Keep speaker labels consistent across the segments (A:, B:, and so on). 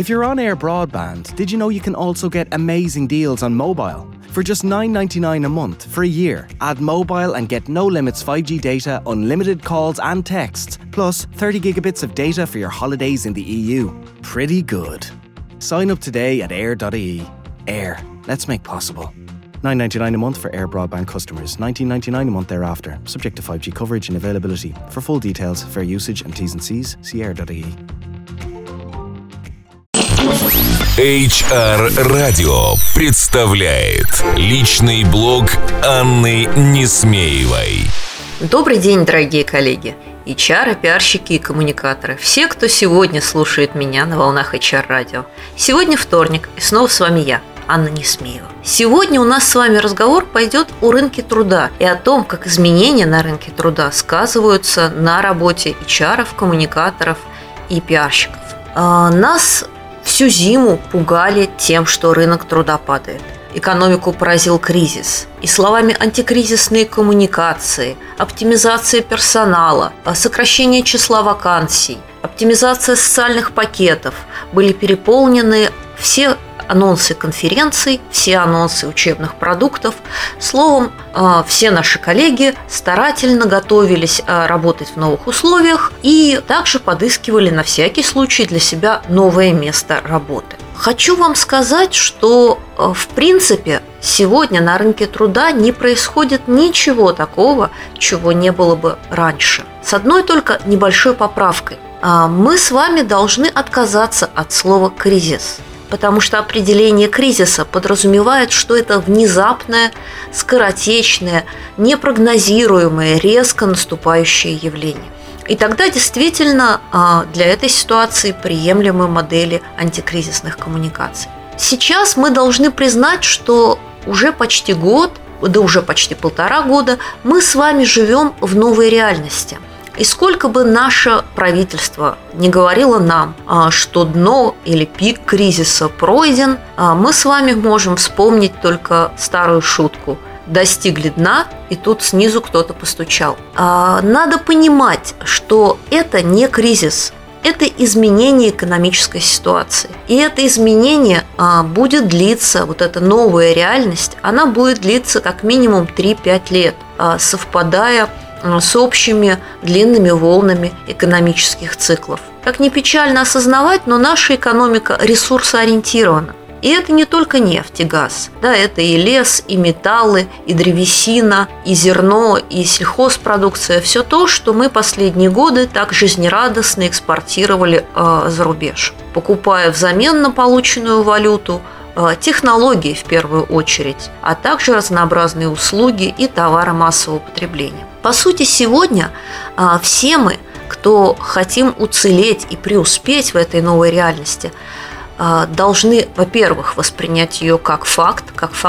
A: If you're on Air Broadband, did you know you can also get amazing deals on mobile? For just $9.99 a month for a year, add mobile and get no limits 5G data, unlimited calls and texts, plus 30 gigabits of data for your holidays in the EU. Pretty good. Sign up today at air.ie. Air. Let's make possible. $9.99 a month for Air Broadband customers. $19.99 a month thereafter. Subject to 5G coverage and availability. For full details, fair usage and T's and C's, see air.ie.
B: HR Radio представляет личный блог Анны Несмеевой.
C: Добрый день, дорогие коллеги, HR, пиарщики и коммуникаторы. Все, кто сегодня слушает меня на волнах HR Radio. Сегодня вторник, и снова с вами я, Анна Несмеева. Сегодня у нас с вами разговор пойдет о рынке труда и о том, как изменения на рынке труда сказываются на работе HR, коммуникаторов и пиарщиков. Нас всю зиму пугали тем, что рынок труда падает. Экономику поразил кризис. И словами антикризисные коммуникации, оптимизация персонала, сокращение числа вакансий, оптимизация социальных пакетов были переполнены все анонсы конференций, все анонсы учебных продуктов. Словом, все наши коллеги старательно готовились работать в новых условиях и также подыскивали на всякий случай для себя новое место работы. Хочу вам сказать, что в принципе сегодня на рынке труда не происходит ничего такого, чего не было бы раньше. С одной только небольшой поправкой. Мы с вами должны отказаться от слова «кризис». Потому что определение кризиса подразумевает, что это внезапное, скоротечное, непрогнозируемое, резко наступающее явление. И тогда действительно для этой ситуации приемлемы модели антикризисных коммуникаций. Сейчас мы должны признать, что уже почти год, да уже почти 1,5 года мы с вами живем в новой реальности. И сколько бы наше правительство не говорило нам, что дно или пик кризиса пройден, мы с вами можем вспомнить только старую шутку. Достигли дна, и тут снизу кто-то постучал. Надо понимать, что это не кризис, это изменение экономической ситуации. И это изменение будет длиться, вот эта новая реальность, она будет длиться как минимум 3-5 лет, совпадая с общими длинными волнами экономических циклов. Как ни печально осознавать, но наша экономика ресурсоориентирована. И это не только нефть и газ. Да, это и лес, и металлы, и древесина, и зерно, и сельхозпродукция. Все то, что мы последние годы так жизнерадостно экспортировали за рубеж, покупая взамен на полученную валюту технологии в первую очередь, а также разнообразные услуги и товары массового потребления. По сути, сегодня все мы, кто хотим уцелеть и преуспеть в этой новой реальности, должны, во-первых, воспринять ее как факт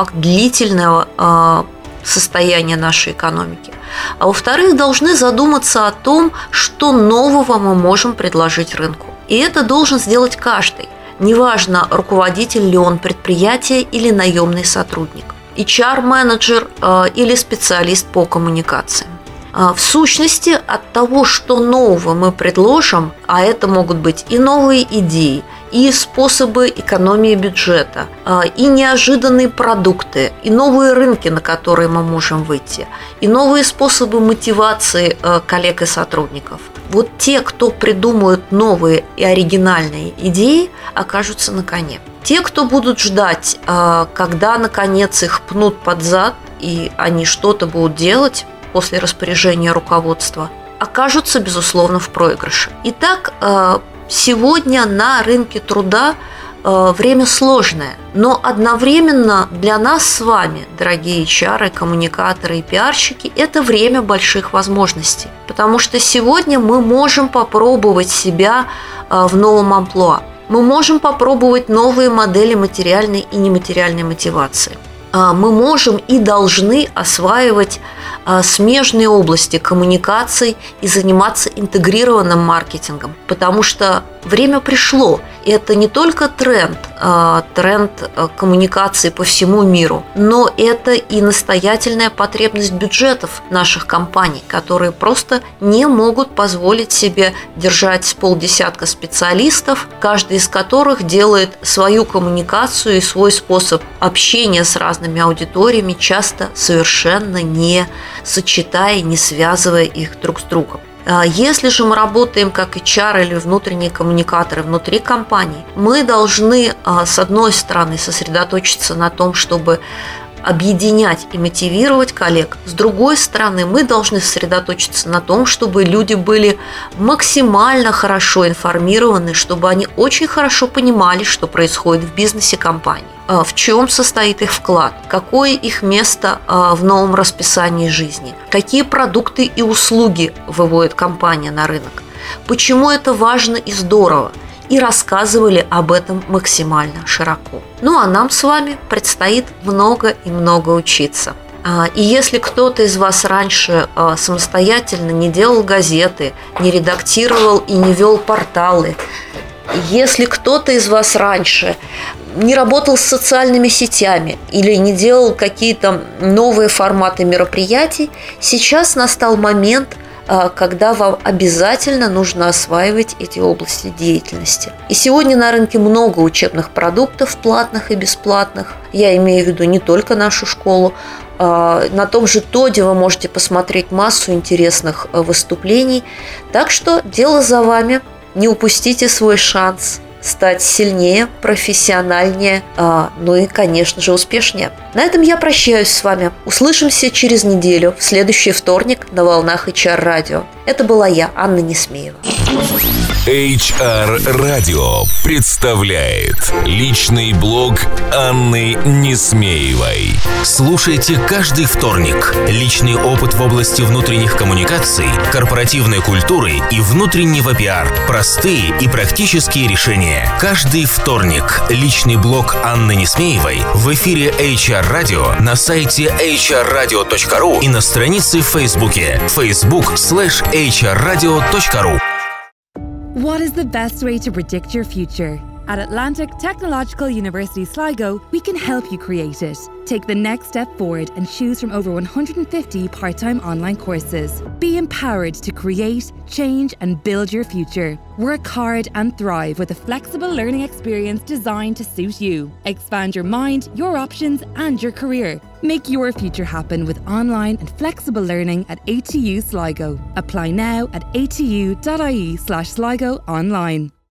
C: длительного состояния нашей экономики, а во-вторых, должны задуматься о том, что нового мы можем предложить рынку. И это должен сделать каждый. Неважно, руководитель ли он предприятия или наемный сотрудник, HR-менеджер или специалист по коммуникациям. В сущности, от того, что нового мы предложим, а это могут быть и новые идеи, и способы экономии бюджета, и неожиданные продукты, и новые рынки, на которые мы можем выйти, и новые способы мотивации коллег и сотрудников. Вот те, кто придумают новые и оригинальные идеи, окажутся на коне. Те, кто будут ждать, когда наконец их пнут под зад, и они что-то будут делать после распоряжения руководства, окажутся, безусловно, в проигрыше. Итак, сегодня на рынке труда время сложное, но одновременно для нас с вами, дорогие HR, коммуникаторы и пиарщики, это время больших возможностей, потому что сегодня мы можем попробовать себя в новом амплуа. Мы можем попробовать новые модели материальной и нематериальной мотивации. Мы можем и должны осваивать смежные области коммуникаций и заниматься интегрированным маркетингом, потому что Время пришло. И это не только тренд коммуникации по всему миру, но это и настоятельная потребность бюджетов наших компаний, которые просто не могут позволить себе держать полдесятка специалистов, каждый из которых делает свою коммуникацию и свой способ общения с разными аудиториями, часто совершенно не сочетая, не связывая их друг с другом. Если же мы работаем как HR или внутренние коммуникаторы внутри компании, мы должны, с одной стороны, сосредоточиться на том, чтобы объединять и мотивировать коллег. С другой стороны, мы должны сосредоточиться на том, чтобы люди были максимально хорошо информированы, чтобы они очень хорошо понимали, что происходит в бизнесе компании, в чем состоит их вклад, какое их место в новом расписании жизни, какие продукты и услуги выводит компания на рынок, почему это важно и здорово, и рассказывали об этом максимально широко. Ну а нам с вами предстоит много и много учиться. И если кто-то из вас раньше самостоятельно не делал газеты, не редактировал и не вел порталы, если кто-то из вас раньше не работал с социальными сетями или не делал какие-то новые форматы мероприятий, сейчас настал момент, когда вам обязательно нужно осваивать эти области деятельности. И сегодня на рынке много учебных продуктов, платных и бесплатных. Я имею в виду не только нашу школу. На том же ТОДе вы можете посмотреть массу интересных выступлений. Так что дело за вами. Не упустите свой шанс стать сильнее, профессиональнее, ну и, конечно же, успешнее. На этом я прощаюсь с вами. Услышимся через неделю, в следующий вторник на волнах HR Radio. Это была я, Анна Несмеева.
B: HR Radio представляет личный блог Анны Несмеевой.
D: Слушайте каждый вторник. Личный опыт в области внутренних коммуникаций, корпоративной культуры и внутреннего пиар. Простые и практические решения. Каждый вторник. Личный блог Анны Несмеевой в эфире HR Radio на сайте hrradio.ru и на странице в Фейсбуке facebook.com/hrradio.ru.
E: What is the best way to predict your future? At Atlantic Technological University Sligo, we can help you create it. Take the next step forward and choose from over 150 part-time online courses. Be empowered to create, change and build your future. Work hard and thrive with a flexible learning experience designed to suit you. Expand your mind, your options and your career. Make your future happen with online and flexible learning at ATU Sligo. Apply now at atu.ie/Sligo online.